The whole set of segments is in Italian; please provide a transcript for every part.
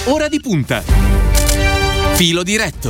Ora di punta. Filo diretto.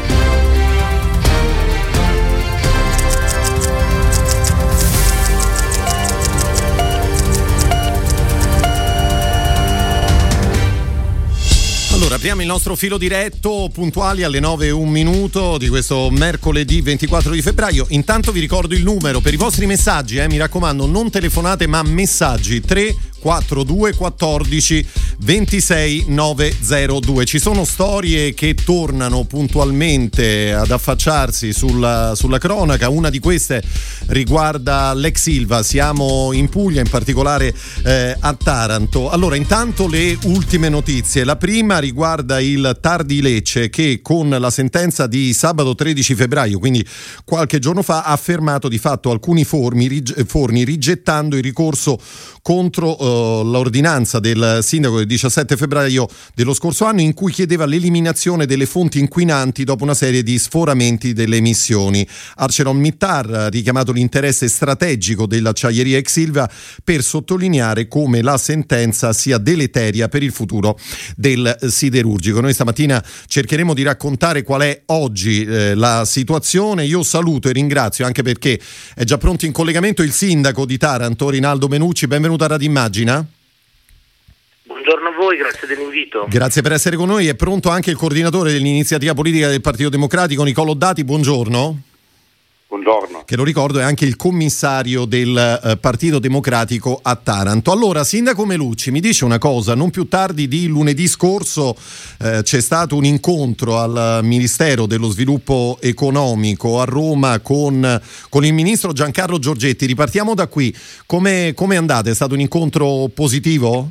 Allora, apriamo il nostro filo diretto puntuali alle 9:01 di questo mercoledì 24 di febbraio. Intanto vi ricordo il numero per i vostri messaggi, mi raccomando, non telefonate ma messaggi: 342 14 26 902. Ci sono storie che tornano puntualmente ad affacciarsi sulla cronaca. Una di queste riguarda l'ex Ilva. Siamo in Puglia, in particolare a Taranto. Allora, intanto le ultime notizie. La prima riguarda il TAR di Lecce, che con la sentenza di sabato 13 febbraio, quindi qualche giorno fa, ha fermato di fatto alcuni forni rigettando il ricorso contro l'ordinanza del sindaco del 17 febbraio dello scorso anno, in cui chiedeva l'eliminazione delle fonti inquinanti dopo una serie di sforamenti delle emissioni. ArcelorMittal ha richiamato l'interesse strategico dell'acciaieria ex Ilva per sottolineare come la sentenza sia deleteria per il futuro del siderurgico. Noi stamattina cercheremo di raccontare qual è oggi la situazione. Io saluto e ringrazio, anche perché è già pronto in collegamento, il sindaco di Taranto, Rinaldo Menucci. Benvenuto a Radio Immagina. Buongiorno a voi, grazie dell'invito. Grazie per essere con noi. È pronto anche il coordinatore dell'iniziativa politica del Partito Democratico, Nicolò Dati. Buongiorno. Buongiorno. Che, lo ricordo, è anche il commissario del Partito Democratico a Taranto. Allora, sindaco Melucci, mi dice una cosa: non più tardi di lunedì scorso c'è stato un incontro al Ministero dello Sviluppo Economico a Roma con il ministro Giancarlo Giorgetti. Ripartiamo da qui. Come è andata? È stato un incontro positivo?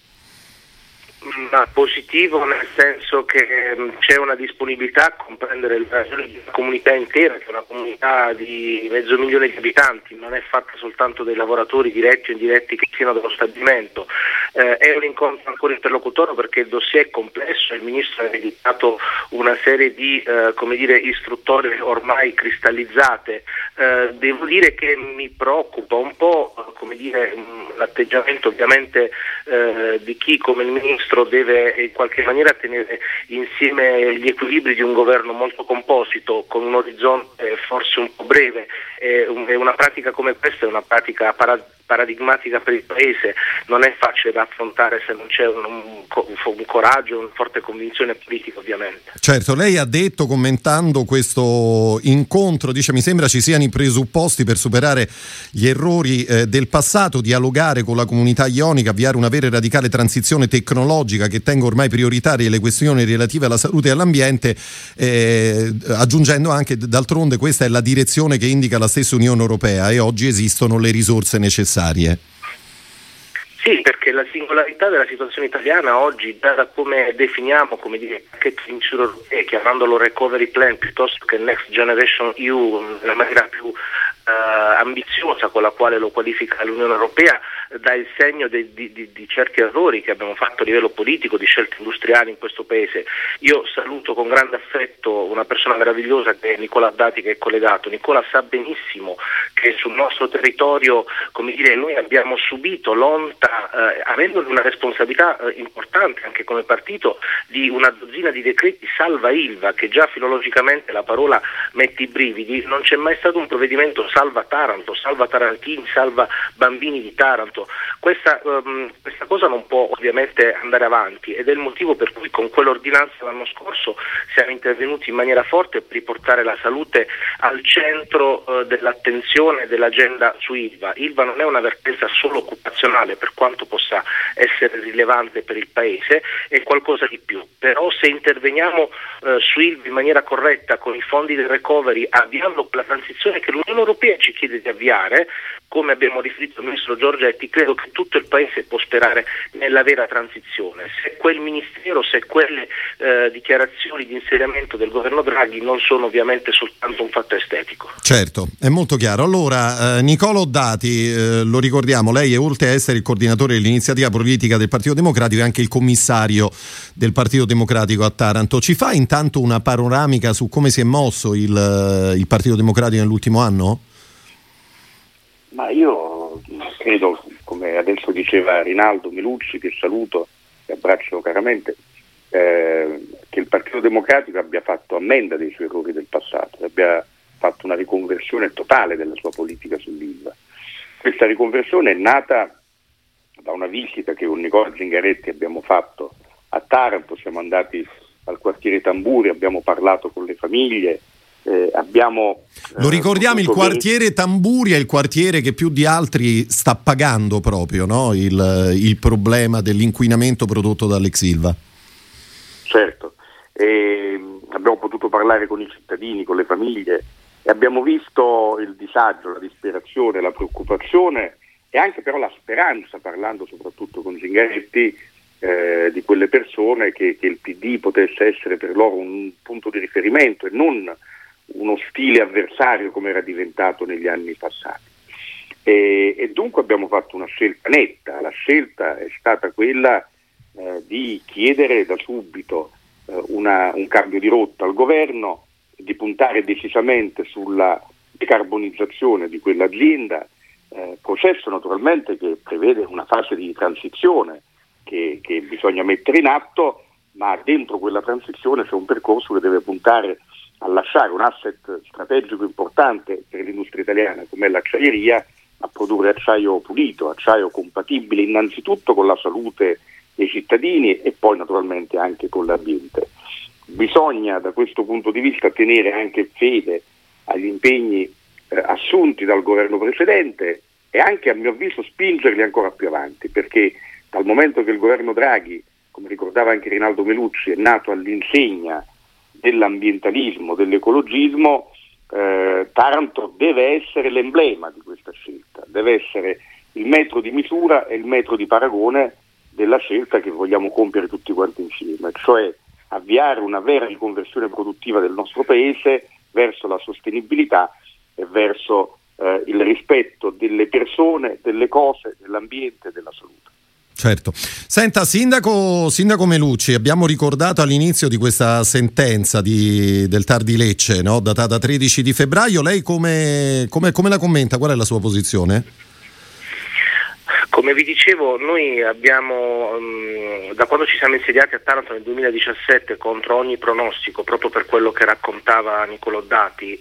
Ma positivo nel senso che c'è una disponibilità a comprendere la comunità intera, che è una comunità di 500.000 di abitanti, non è fatta soltanto dei lavoratori diretti o indiretti che siano dello stabilimento. È un incontro ancora interlocutorio perché il dossier è complesso e il ministro ha editato una serie di istruttorie ormai cristallizzate. Devo dire che mi preoccupa un po' l'atteggiamento ovviamente di chi come il ministro deve in qualche maniera tenere insieme gli equilibri di un governo molto composito con un orizzonte forse un po' breve. Una pratica come questa è una pratica paradigmatica per il Paese, non è facile da affrontare se non c'è un coraggio, una forte convinzione politica, ovviamente. Certo, lei ha detto, commentando questo incontro, dice: mi sembra ci siano i presupposti per superare gli errori del passato, dialogare con la comunità ionica, avviare una vera e radicale transizione tecnologica che tenga ormai prioritarie le questioni relative alla salute e all'ambiente, aggiungendo anche: d'altronde questa è la direzione che indica la stessa Unione Europea e oggi esistono le risorse necessarie. Sì, perché la singolarità della situazione italiana oggi, da come definiamo, pacchetto di misure europee, chiamandolo recovery plan piuttosto che next generation EU, nella maniera più ambiziosa con la quale lo qualifica l'Unione Europea, dà il segno di certi errori che abbiamo fatto a livello politico, di scelte industriali in questo Paese. Io saluto con grande affetto una persona meravigliosa che è Nicola Dati, che è collegato. Nicola sa benissimo che sul nostro territorio, noi abbiamo subito l'onta, avendo una responsabilità importante anche come partito, di una dozzina di decreti salva Ilva, che già filologicamente la parola mette i brividi. Non c'è mai stato un provvedimento salva Taranto, salva tarantini, salva bambini di Taranto. Questa cosa non può ovviamente andare avanti, ed è il motivo per cui con quell'ordinanza l'anno scorso siamo intervenuti in maniera forte per riportare la salute al centro dell'attenzione dell'agenda su Ilva. Ilva non è una vertenza solo occupazionale, per quanto possa essere rilevante per il Paese, è qualcosa di più. Però se interveniamo su Ilva in maniera corretta, con i fondi del recovery, avviando la transizione che l'Unione Europea ci chiede di avviare, come abbiamo riferito al ministro Giorgetti, credo che tutto il Paese può sperare nella vera transizione. Se quel ministero, se quelle dichiarazioni di insediamento del governo Draghi non sono ovviamente soltanto un fatto estetico. Certo, è molto chiaro. Allora, Nicolò Dati, lo ricordiamo, lei è, oltre a essere il coordinatore dell'iniziativa politica del Partito Democratico, è anche il commissario del Partito Democratico a Taranto. Ci fa intanto una panoramica su come si è mosso il Partito Democratico nell'ultimo anno? Ma io credo, come adesso diceva Rinaldo Melucci, che saluto e abbraccio caramente, che il Partito Democratico abbia fatto ammenda dei suoi errori del passato, abbia fatto una riconversione totale della sua politica sull'Ilva. Questa riconversione è nata da una visita che con Nicola Zingaretti abbiamo fatto a Taranto, siamo andati al quartiere Tamburi, abbiamo parlato con le famiglie, lo ricordiamo, il quartiere Tamburi è il quartiere che più di altri sta pagando proprio, no? il problema dell'inquinamento prodotto dall'ex Ilva. Certo, abbiamo potuto parlare con i cittadini, con le famiglie e abbiamo visto il disagio, la disperazione, la preoccupazione e anche però la speranza, parlando soprattutto con Zingaretti, di quelle persone che il PD potesse essere per loro un punto di riferimento e non un ostile avversario come era diventato negli anni passati. E dunque abbiamo fatto una scelta netta, la scelta è stata quella di chiedere da subito un cambio di rotta al governo, di puntare decisamente sulla decarbonizzazione di quell'azienda, processo naturalmente che prevede una fase di transizione che bisogna mettere in atto, ma dentro quella transizione c'è un percorso che deve puntare a lasciare un asset strategico importante per l'industria italiana come è l'acciaieria, a produrre acciaio pulito, acciaio compatibile innanzitutto con la salute dei cittadini e poi naturalmente anche con l'ambiente. Bisogna da questo punto di vista tenere anche fede agli impegni assunti dal governo precedente e anche a mio avviso spingerli ancora più avanti, perché dal momento che il governo Draghi, come ricordava anche Rinaldo Melucci, è nato all'insegna dell'ambientalismo, dell'ecologismo, Taranto deve essere l'emblema di questa scelta, deve essere il metro di misura e il metro di paragone della scelta che vogliamo compiere tutti quanti insieme, cioè avviare una vera riconversione produttiva del nostro paese verso la sostenibilità e verso il rispetto delle persone, delle cose, dell'ambiente e della salute. Certo. Senta, Sindaco Melucci, abbiamo ricordato all'inizio di questa sentenza del TAR di Lecce, no? Datata 13 di febbraio. Lei come la commenta? Qual è la sua posizione? Come vi dicevo, noi abbiamo, da quando ci siamo insediati a Taranto nel 2017, contro ogni pronostico, proprio per quello che raccontava Nicolò Dati,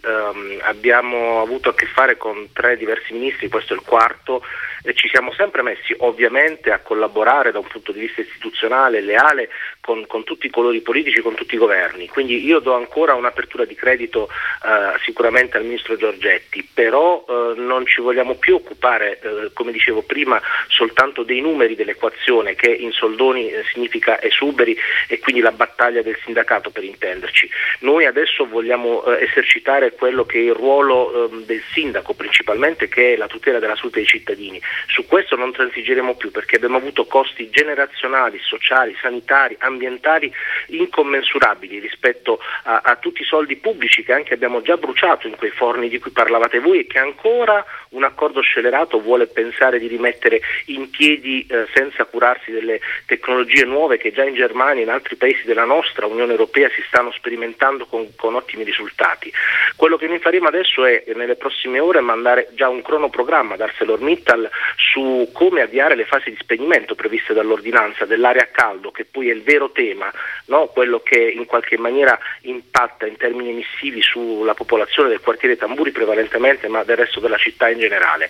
abbiamo avuto a che fare con 3 diversi ministri, questo è il quarto, e ci siamo sempre messi ovviamente a collaborare da un punto di vista istituzionale, leale, con tutti i colori politici, con tutti i governi. Quindi io do ancora un'apertura di credito sicuramente al ministro Giorgetti, però non ci vogliamo più occupare, come dicevo prima, soltanto dei numeri dell'equazione, che in soldoni significa esuberi, e quindi la battaglia del sindacato, per intenderci. Noi adesso vogliamo esercitare quello che è il ruolo del sindaco principalmente, che è la tutela della salute dei cittadini. Su questo non transigeremo più, perché abbiamo avuto costi generazionali, sociali, sanitari, ambientali incommensurabili rispetto a tutti i soldi pubblici che anche abbiamo già bruciato in quei forni di cui parlavate voi e che ancora un accordo scellerato vuole pensare di rimettere in piedi senza curarsi delle tecnologie nuove che già in Germania e in altri paesi della nostra Unione Europea si stanno sperimentando con ottimi risultati. Quello che noi faremo adesso è nelle prossime ore mandare già un cronoprogramma ad ArcelorMittal su come avviare le fasi di spegnimento previste dall'ordinanza dell'area a caldo, che poi è il vero tema, no? Quello che in qualche maniera impatta in termini emissivi sulla popolazione del quartiere Tamburi prevalentemente, ma del resto della città in generale.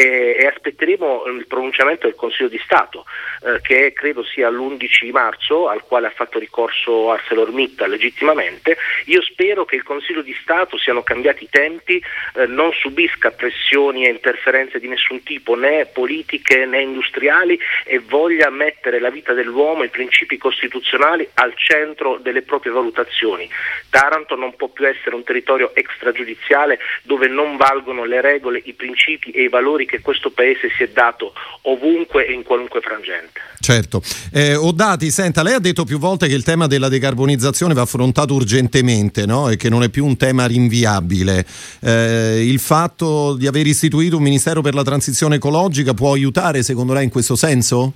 E aspetteremo il pronunciamento del Consiglio di Stato, che credo sia l'11 marzo, al quale ha fatto ricorso ArcelorMittal legittimamente. Io spero che il Consiglio di Stato siano cambiati i tempi, non subisca pressioni e interferenze di nessun tipo, né politiche né industriali, e voglia mettere la vita dell'uomo, i principi costituzionali al centro delle proprie valutazioni. Taranto non può più essere un territorio extragiudiziale dove non valgono le regole, i principi e i valori che questo paese si è dato ovunque e in qualunque frangente. Certo. Dati, senta, lei ha detto più volte che il tema della decarbonizzazione va affrontato urgentemente, no? E che non è più un tema rinviabile. Il fatto di aver istituito un Ministero per la transizione ecologica può aiutare, secondo lei, in questo senso?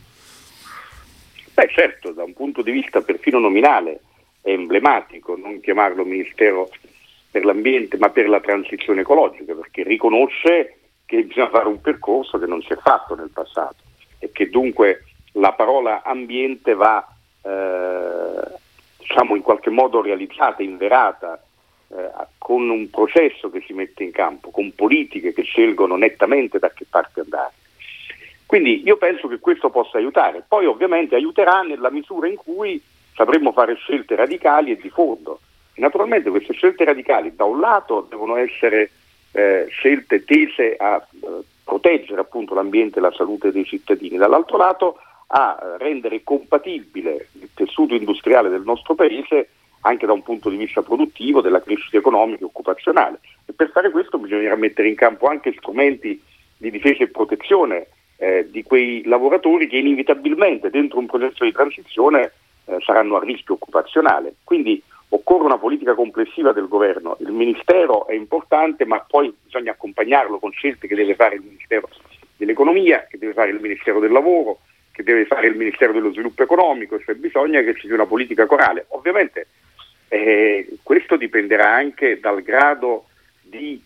Beh, certo, da un punto di vista perfino nominale è emblematico non chiamarlo Ministero per l'ambiente ma per la transizione ecologica, perché riconosce che bisogna fare un percorso che non si è fatto nel passato e che dunque la parola ambiente va in qualche modo realizzata, inverata, con un processo che si mette in campo, con politiche che scelgono nettamente da che parte andare. Quindi io penso che questo possa aiutare, poi ovviamente aiuterà nella misura in cui sapremo fare scelte radicali e di fondo. E naturalmente queste scelte radicali da un lato devono essere scelte tese a proteggere appunto l'ambiente e la salute dei cittadini, dall'altro lato a rendere compatibile il tessuto industriale del nostro paese anche da un punto di vista produttivo, della crescita economica e occupazionale. E per fare questo bisognerà mettere in campo anche strumenti di difesa e protezione di quei lavoratori che inevitabilmente dentro un processo di transizione saranno a rischio occupazionale. Quindi occorre una politica complessiva del governo. Il Ministero è importante, ma poi bisogna accompagnarlo con scelte che deve fare il Ministero dell'Economia, che deve fare il Ministero del Lavoro, che deve fare il Ministero dello Sviluppo Economico, cioè bisogna che ci sia una politica corale. Ovviamente questo dipenderà anche dal grado di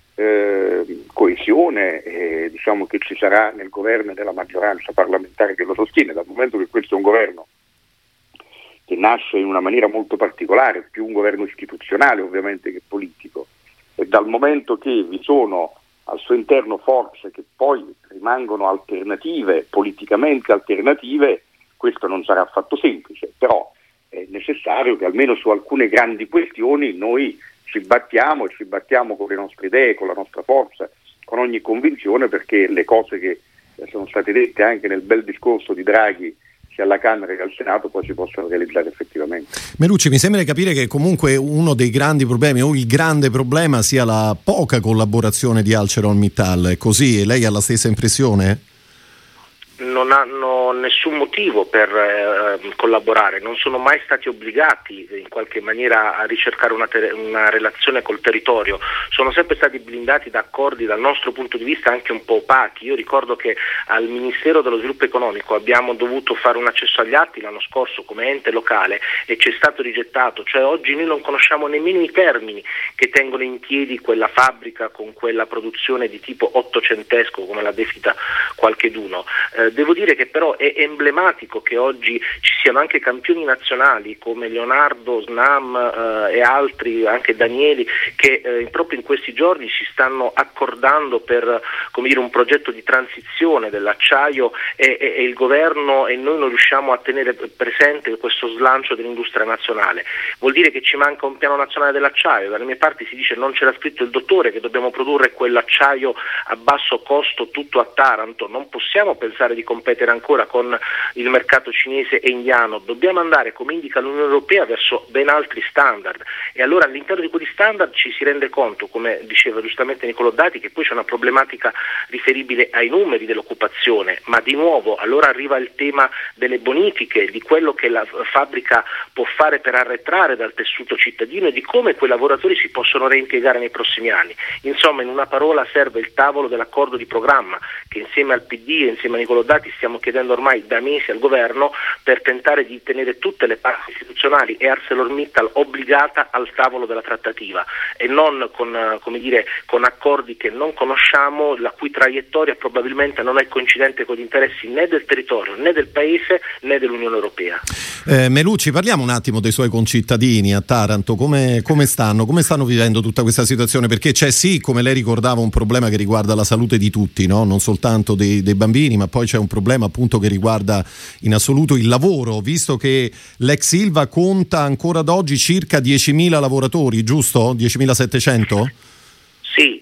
coesione che ci sarà nel governo e nella maggioranza parlamentare che lo sostiene, dal momento che questo è un governo che nasce in una maniera molto particolare, più un governo istituzionale ovviamente che politico, e dal momento che vi sono al suo interno forze che poi rimangono alternative, politicamente alternative, questo non sarà affatto semplice, però è necessario che almeno su alcune grandi questioni noi ci battiamo con le nostre idee, con la nostra forza, con ogni convinzione, perché le cose che sono state dette anche nel bel discorso di Draghi sia alla Camera che al Senato poi si possono realizzare effettivamente. Melucci, mi sembra di capire che comunque uno dei grandi problemi o il grande problema sia la poca collaborazione di ArcelorMittal, è così? E lei ha la stessa impressione? Non hanno nessun motivo per collaborare, non sono mai stati obbligati in qualche maniera a ricercare una relazione col territorio, sono sempre stati blindati da accordi dal nostro punto di vista anche un po' opachi. Io ricordo che al Ministero dello Sviluppo Economico abbiamo dovuto fare un accesso agli atti l'anno scorso come ente locale e ci è stato rigettato, cioè oggi noi non conosciamo nemmeno i termini che tengono in piedi quella fabbrica con quella produzione di tipo ottocentesco come l'ha definita qualcheduno. Devo dire che però è emblematico che oggi ci siano anche campioni nazionali come Leonardo, Snam e altri, anche Danieli, che proprio in questi giorni si stanno accordando per un progetto di transizione dell'acciaio e il governo e noi non riusciamo a tenere presente questo slancio dell'industria nazionale. Vuol dire che ci manca un piano nazionale dell'acciaio. Dalle mie parti si dice non c'era scritto il dottore che dobbiamo produrre quell'acciaio a basso costo tutto a Taranto, non possiamo pensare di competere ancora con il mercato cinese e indiano, dobbiamo andare, come indica l'Unione Europea, verso ben altri standard e allora all'interno di quegli standard ci si rende conto, come diceva giustamente Nicolò Dati, che poi c'è una problematica riferibile ai numeri dell'occupazione, ma di nuovo allora arriva il tema delle bonifiche, di quello che la fabbrica può fare per arretrare dal tessuto cittadino e di come quei lavoratori si possono reimpiegare nei prossimi anni. Insomma, in una parola serve il tavolo dell'accordo di programma che insieme al PD e insieme a Nicolò Dati stiamo chiedendo ormai da mesi al governo per tentare di tenere tutte le parti istituzionali e ArcelorMittal obbligata al tavolo della trattativa e non con accordi che non conosciamo, la cui traiettoria probabilmente non è coincidente con gli interessi né del territorio né del paese né dell'Unione Europea. Melucci, parliamo un attimo dei suoi concittadini a Taranto, come stanno vivendo tutta questa situazione, perché c'è sì, come lei ricordava, un problema che riguarda la salute di tutti, no? Non soltanto dei bambini, ma poi c'è un problema appunto che riguarda in assoluto il lavoro, visto che l'ex Ilva conta ancora ad oggi circa 10.000 lavoratori, giusto? 10.700? Sì,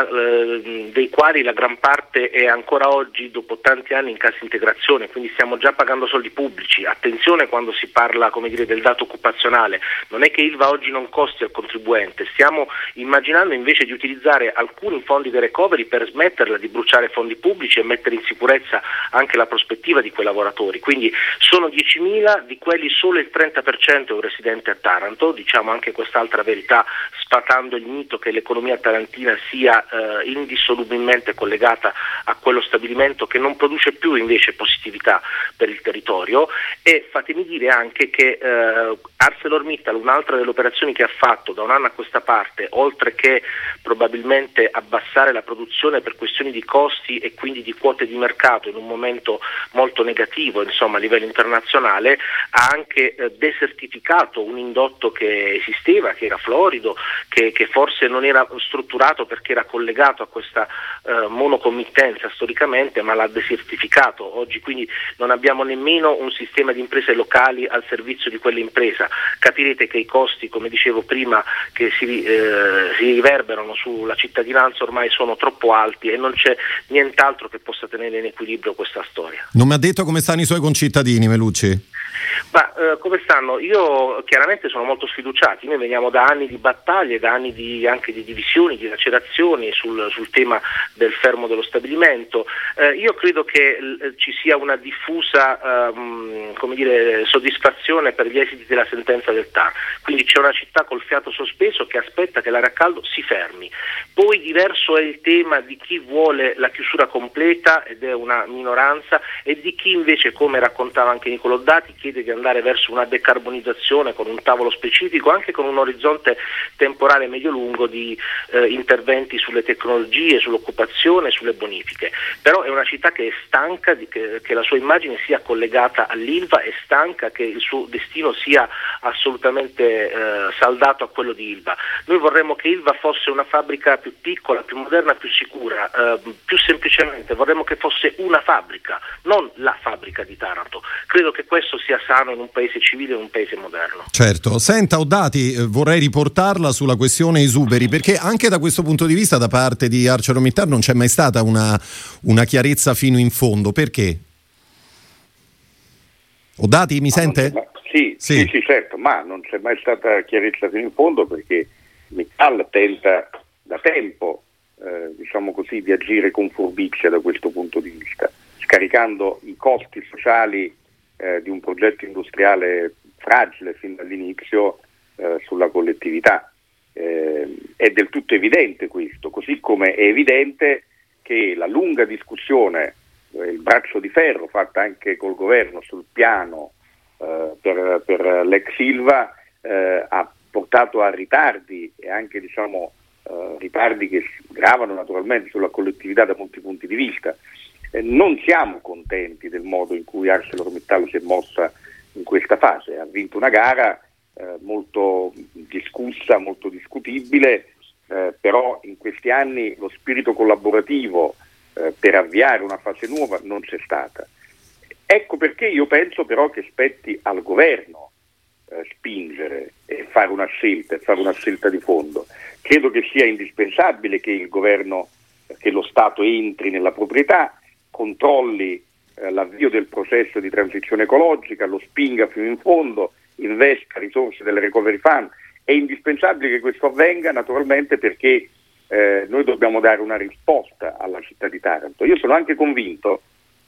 dei quali la gran parte è ancora oggi, dopo tanti anni, in cassa integrazione, quindi stiamo già pagando soldi pubblici. Attenzione quando si parla del dato occupazionale, non è che Ilva oggi non costi al contribuente, stiamo immaginando invece di utilizzare alcuni fondi del recovery per smetterla di bruciare fondi pubblici e mettere in sicurezza anche la prospettiva di quei lavoratori. Quindi sono 10.000, di quelli solo il 30% è un residente a Taranto, diciamo anche quest'altra verità sfatando il mito che l'economia tarantina sia sia indissolubilmente collegata a quello stabilimento che non produce più invece positività per il territorio. E fatemi dire anche che ArcelorMittal, un'altra delle operazioni che ha fatto da un anno a questa parte, oltre che probabilmente abbassare la produzione per questioni di costi e quindi di quote di mercato in un momento molto negativo, insomma, a livello internazionale, ha anche desertificato un indotto che esisteva, che era florido, che forse non era strutturato perché era collegato a questa monocommittenza storicamente, ma l'ha desertificato. Oggi quindi non abbiamo nemmeno un sistema di imprese locali al servizio di quell'impresa. Capirete che i costi, come dicevo prima, che si riverberano sulla cittadinanza ormai sono troppo alti e non c'è nient'altro che possa tenere in equilibrio questa storia. Non mi ha detto come stanno i suoi concittadini, Melucci? Ma come stanno? Io chiaramente sono molto sfiduciati. Noi veniamo da anni di battaglie, da anni anche di divisioni, di lacerazioni sul tema del fermo dello stabilimento. Io credo che ci sia una diffusa soddisfazione per gli esiti della sentenza del TAR. Quindi c'è una città col fiato sospeso che aspetta che l'area a caldo si fermi. Poi diverso è il tema di chi vuole la chiusura completa, ed è una minoranza, e di chi invece, come raccontava anche Nicolò Dati, chiede di andare verso una decarbonizzazione con un tavolo specifico, anche con un orizzonte temporale medio-lungo di interventi sulle tecnologie, sull'occupazione, sulle bonifiche. Però è una città che è stanca che la sua immagine sia collegata all'Ilva, è stanca che il suo destino sia assolutamente saldato a quello di Ilva. Noi vorremmo che Ilva fosse una fabbrica più piccola, più moderna, più sicura, più semplicemente vorremmo che fosse una fabbrica, non la fabbrica di Taranto. Credo che questo sia sano in un paese civile, in un paese moderno. Certo. Senta, Oddati, vorrei riportarla sulla questione esuberi, perché anche da questo punto di vista da parte di ArcelorMittal non c'è mai stata una chiarezza fino in fondo. Perché? Oddati, mi sente? Sì, certo, ma non c'è mai stata chiarezza fino in fondo perché Mittal tenta da tempo di agire con furbizia da questo punto di vista, scaricando i costi sociali di un progetto industriale fragile fin dall'inizio sulla collettività. È del tutto evidente questo, così come è evidente che la lunga discussione, il braccio di ferro fatta anche col governo sul piano per l'ex Ilva ha portato a ritardi e anche ritardi che gravano naturalmente sulla collettività da molti punti di vista. Non siamo contenti del modo in cui ArcelorMittal si è mossa in questa fase. Ha vinto una gara molto discussa, molto discutibile, però in questi anni lo spirito collaborativo per avviare una fase nuova non c'è stata. Ecco perché io penso però che spetti al governo spingere e fare una scelta di fondo. Credo che sia indispensabile che il governo, che lo Stato entri nella proprietà, controlli l'avvio del processo di transizione ecologica, lo spinga fino in fondo, investa risorse del Recovery Fund. È indispensabile che questo avvenga naturalmente perché noi dobbiamo dare una risposta alla città di Taranto. Io sono anche convinto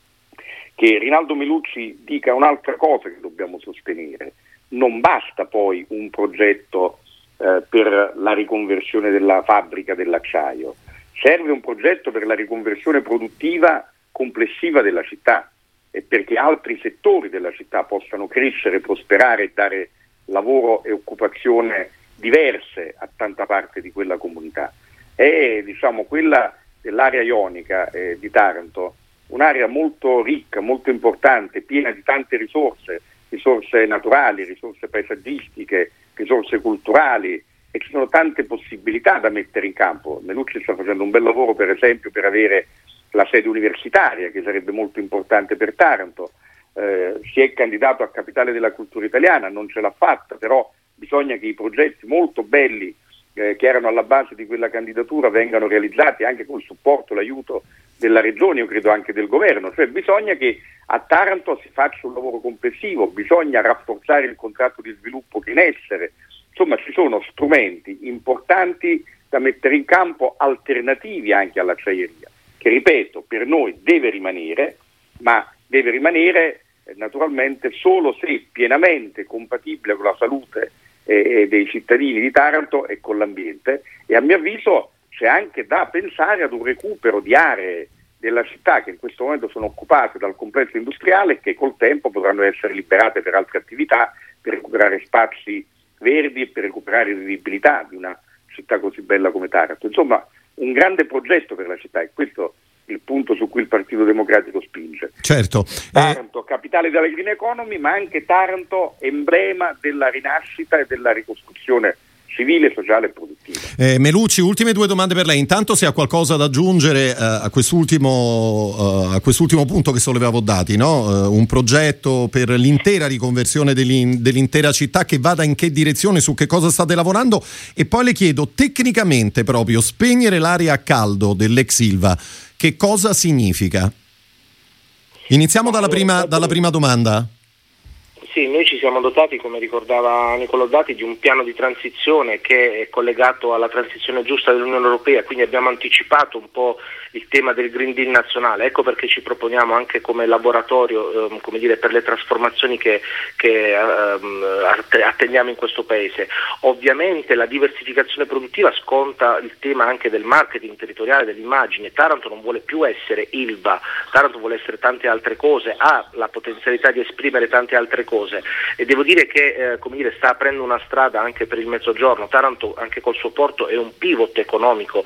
che Rinaldo Melucci dica un'altra cosa che dobbiamo sostenere. Non basta poi un progetto per la riconversione della fabbrica dell'acciaio, serve un progetto per la riconversione produttiva complessiva della città e perché altri settori della città possano crescere, prosperare e dare lavoro e occupazione diverse a tanta parte di quella comunità. È quella dell'area ionica di Taranto, un'area molto ricca, molto importante, piena di tante risorse naturali, risorse paesaggistiche, risorse culturali, e ci sono tante possibilità da mettere in campo. Melucci sta facendo un bel lavoro, per esempio, per avere la sede universitaria, che sarebbe molto importante per Taranto. Si è candidato a Capitale della Cultura Italiana, non ce l'ha fatta, però bisogna che i progetti molto belli che erano alla base di quella candidatura vengano realizzati anche col supporto, l'aiuto della regione, io credo anche del governo. Cioè bisogna che a Taranto si faccia un lavoro complessivo, bisogna rafforzare il contratto di sviluppo che è in essere. Insomma, ci sono strumenti importanti da mettere in campo, alternativi anche all'acciaieria, che ripeto, per noi deve rimanere, ma deve rimanere naturalmente solo se pienamente compatibile con la salute dei cittadini di Taranto e con l'ambiente, e a mio avviso c'è anche da pensare ad un recupero di aree della città che in questo momento sono occupate dal complesso industriale e che col tempo potranno essere liberate per altre attività, per recuperare spazi verdi e per recuperare vivibilità di una città così bella come Taranto. Insomma, un grande progetto per la città, e questo è il punto su cui il Partito Democratico spinge. Certo. Taranto, capitale della green economy, ma anche Taranto, emblema della rinascita e della ricostruzione civile, sociale e produttiva. Melucci, ultime 2 domande per lei. Intanto, se ha qualcosa da aggiungere a quest'ultimo punto che sollevavo dati, no? Un progetto per l'intera riconversione dell'intera città, che vada in che direzione, su che cosa state lavorando, e poi le chiedo tecnicamente proprio, spegnere l'area a caldo dell'ex Ilva, che cosa significa? Iniziamo dalla prima domanda. Sì, noi ci siamo dotati, come ricordava Nicolò Dati, di un piano di transizione che è collegato alla transizione giusta dell'Unione Europea, quindi abbiamo anticipato un po' il tema del Green Deal nazionale. Ecco perché ci proponiamo anche come laboratorio per le trasformazioni che attendiamo in questo paese. Ovviamente la diversificazione produttiva sconta il tema anche del marketing territoriale, dell'immagine. Taranto non vuole più essere Ilva, Taranto vuole essere tante altre cose, ha la potenzialità di esprimere tante altre cose, e devo dire che sta aprendo una strada anche per il Mezzogiorno. Taranto, anche col suo porto, è un pivot economico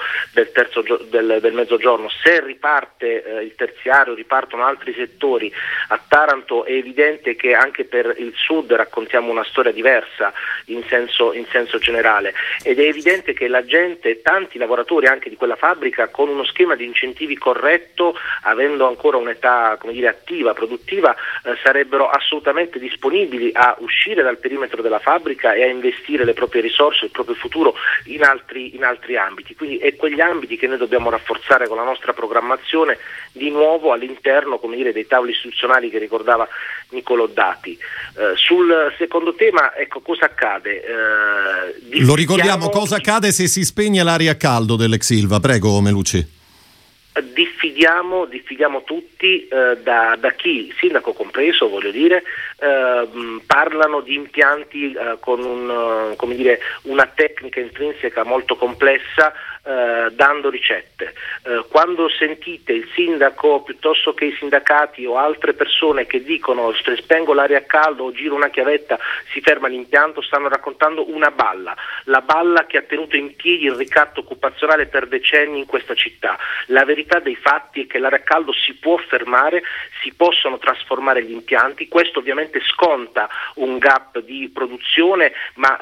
del Mezzogiorno. Se riparte il terziario, ripartono altri settori a Taranto, è evidente che anche per il Sud raccontiamo una storia diversa in senso generale, ed è evidente che la gente, tanti lavoratori anche di quella fabbrica, con uno schema di incentivi corretto, avendo ancora un'età attiva, produttiva, sarebbero assolutamente disponibili a uscire dal perimetro della fabbrica e a investire le proprie risorse, il proprio futuro in altri ambiti. Quindi è quegli ambiti che noi dobbiamo rafforzare con la nostra programmazione, di nuovo all'interno dei tavoli istituzionali che ricordava Nicolò Dati. Sul secondo tema, ecco, cosa accade? Lo ricordiamo, cosa accade se si spegne l'area a caldo dell'ex Ilva? Prego, Melucci. Diffidiamo tutti, da chi, sindaco compreso, parlano di impianti con una tecnica intrinseca molto complessa, dando ricette. Quando sentite il sindaco piuttosto che i sindacati o altre persone che dicono se spengo l'aria a caldo o giro una chiavetta si ferma l'impianto, stanno raccontando una balla, la balla che ha tenuto in piedi il ricatto occupazionale per decenni in questa città. La verità dei fatti è che l'aria a caldo si può fermare, si possono trasformare gli impianti. Questo ovviamente sconta un gap di produzione, ma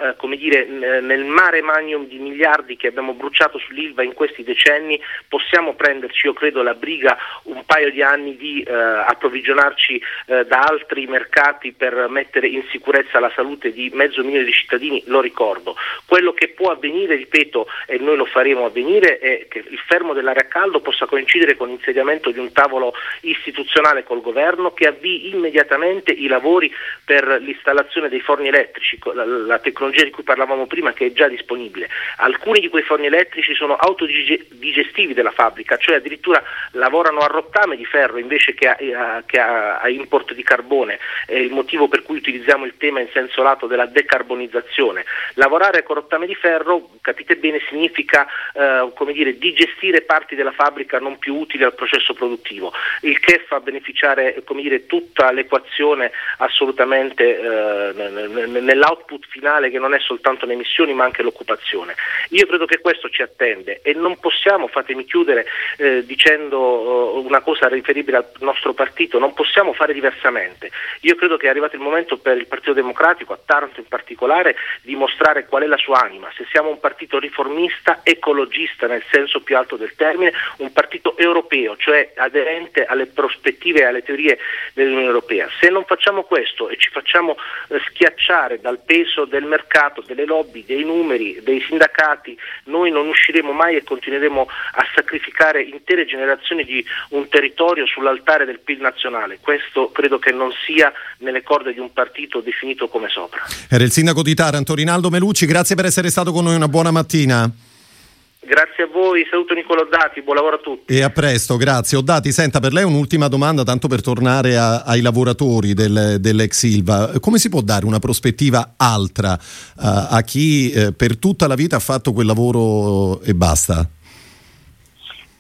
nel mare magnum di miliardi che abbiamo bruciato sull'Ilva in questi decenni possiamo prenderci, io credo, la briga un paio di anni di approvvigionarci da altri mercati per mettere in sicurezza la salute di 500.000 di cittadini. Lo ricordo. Quello che può avvenire, ripeto, e noi lo faremo avvenire, è che il fermo dell'area a caldo possa coincidere con l'insediamento di un tavolo istituzionale col governo che avvii immediatamente i lavori per l'installazione dei forni elettrici, la tecnologia di cui parlavamo prima, che è già disponibile. Alcuni di quei forni elettrici sono autodigestivi della fabbrica, cioè addirittura lavorano a rottame di ferro invece che a import di carbone. È il motivo per cui utilizziamo il tema in senso lato della decarbonizzazione. Lavorare con rottame di ferro, capite bene, significa digestire parti della fabbrica non più utili al processo produttivo, il che fa beneficiare tutta l'equazione assolutamente nell'output finale, che non è soltanto le emissioni ma anche l'occupazione. Io credo che questo ci attende e non possiamo, fatemi chiudere dicendo una cosa riferibile al nostro partito, non possiamo fare diversamente. Io credo che è arrivato il momento per il Partito Democratico, a Taranto in particolare, di mostrare qual è la sua anima, se siamo un partito riformista, ecologista nel senso più alto del termine, un partito europeo, cioè aderente alle prospettive e alle teorie dell'Unione Europea. Se non facciamo questo e ci facciamo schiacciare dal peso del mercato, delle lobby, dei numeri, dei sindacati, noi non usciremo mai e continueremo a sacrificare intere generazioni di un territorio sull'altare del PIL nazionale. Questo credo che non sia nelle corde di un partito definito come sopra. Era il sindaco di Taranto, Rinaldo Melucci, grazie per essere stato con noi, una buona mattina. Grazie a voi, saluto Nicolò Dati, buon lavoro a tutti. E a presto, grazie. Dati, senta, per lei un'ultima domanda, tanto per tornare ai lavoratori dell'ex Ilva. Come si può dare una prospettiva altra a chi per tutta la vita ha fatto quel lavoro e basta?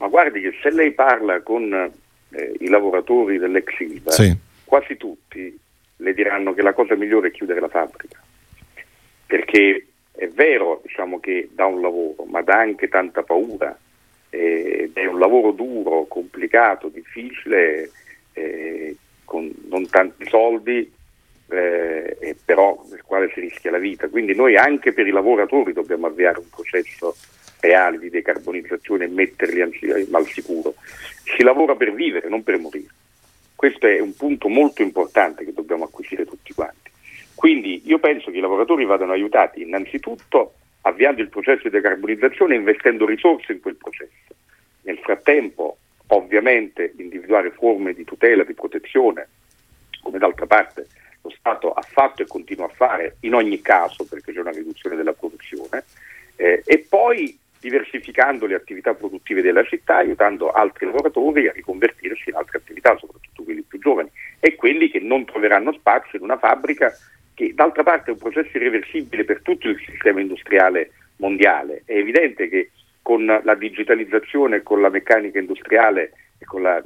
Ma guardi che se lei parla con i lavoratori dell'ex Ilva, sì, quasi tutti le diranno che la cosa migliore è chiudere la fabbrica, perché è vero, diciamo, che dà un lavoro, ma dà anche tanta paura, è un lavoro duro, complicato, difficile, con non tanti soldi, però nel quale si rischia la vita. Quindi noi anche per i lavoratori dobbiamo avviare un processo reale di decarbonizzazione e metterli al sicuro. Si lavora per vivere, non per morire. Questo è un punto molto importante che dobbiamo acquisire tutti quanti. Quindi io penso che i lavoratori vadano aiutati innanzitutto avviando il processo di decarbonizzazione e investendo risorse in quel processo. Nel frattempo, ovviamente, individuare forme di tutela, di protezione, come d'altra parte lo Stato ha fatto e continua a fare in ogni caso, perché c'è una riduzione della produzione, e poi diversificando le attività produttive della città, aiutando altri lavoratori a riconvertirsi in altre attività, soprattutto quelli più giovani e quelli che non troveranno spazio in una fabbrica che d'altra parte è un processo irreversibile per tutto il sistema industriale mondiale. È evidente che con la digitalizzazione, con la meccanica industriale e con la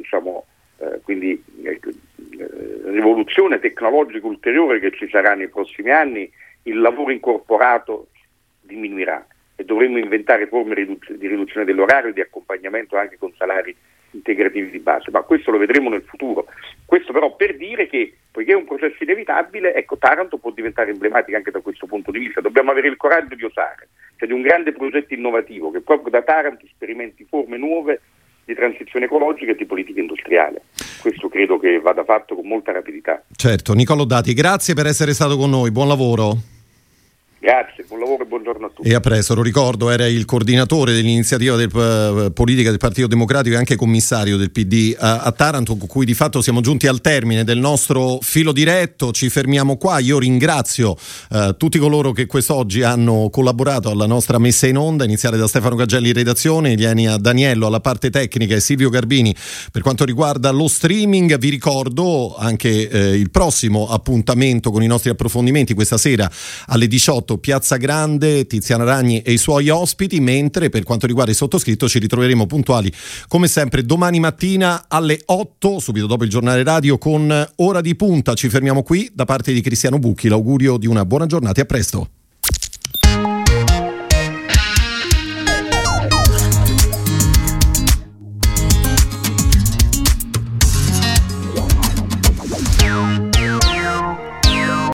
rivoluzione tecnologica ulteriore che ci sarà nei prossimi anni, il lavoro incorporato diminuirà e dovremo inventare forme di riduzione dell'orario e di accompagnamento anche con salari integrativi di base, ma questo lo vedremo nel futuro. Questo però per dire che, poiché è un processo inevitabile, ecco, Taranto può diventare emblematica anche da questo punto di vista. Dobbiamo avere il coraggio di osare, cioè di un grande progetto innovativo che proprio da Taranto sperimenti forme nuove di transizione ecologica e di politica industriale. Questo credo che vada fatto con molta rapidità. Certo. Nicolò Dati, grazie per essere stato con noi, buon lavoro. Grazie, buon lavoro e buongiorno a tutti. E a presto, lo ricordo, era il coordinatore dell'iniziativa politica del Partito Democratico e anche commissario del PD a Taranto, con cui di fatto siamo giunti al termine del nostro filo diretto. Ci fermiamo qua. Io ringrazio tutti coloro che quest'oggi hanno collaborato alla nostra messa in onda, iniziare da Stefano Gaggelli in redazione, Eliania Daniello alla parte tecnica e Silvio Garbini per quanto riguarda lo streaming. Vi ricordo anche il prossimo appuntamento con i nostri approfondimenti questa sera alle 18, Piazza Grande, Tiziana Ragni e i suoi ospiti, mentre per quanto riguarda il sottoscritto ci ritroveremo puntuali come sempre domani mattina alle 8, subito dopo il giornale radio con Ora di Punta. Ci fermiamo qui. Da parte di Cristiano Bucchi l'augurio di una buona giornata e a presto.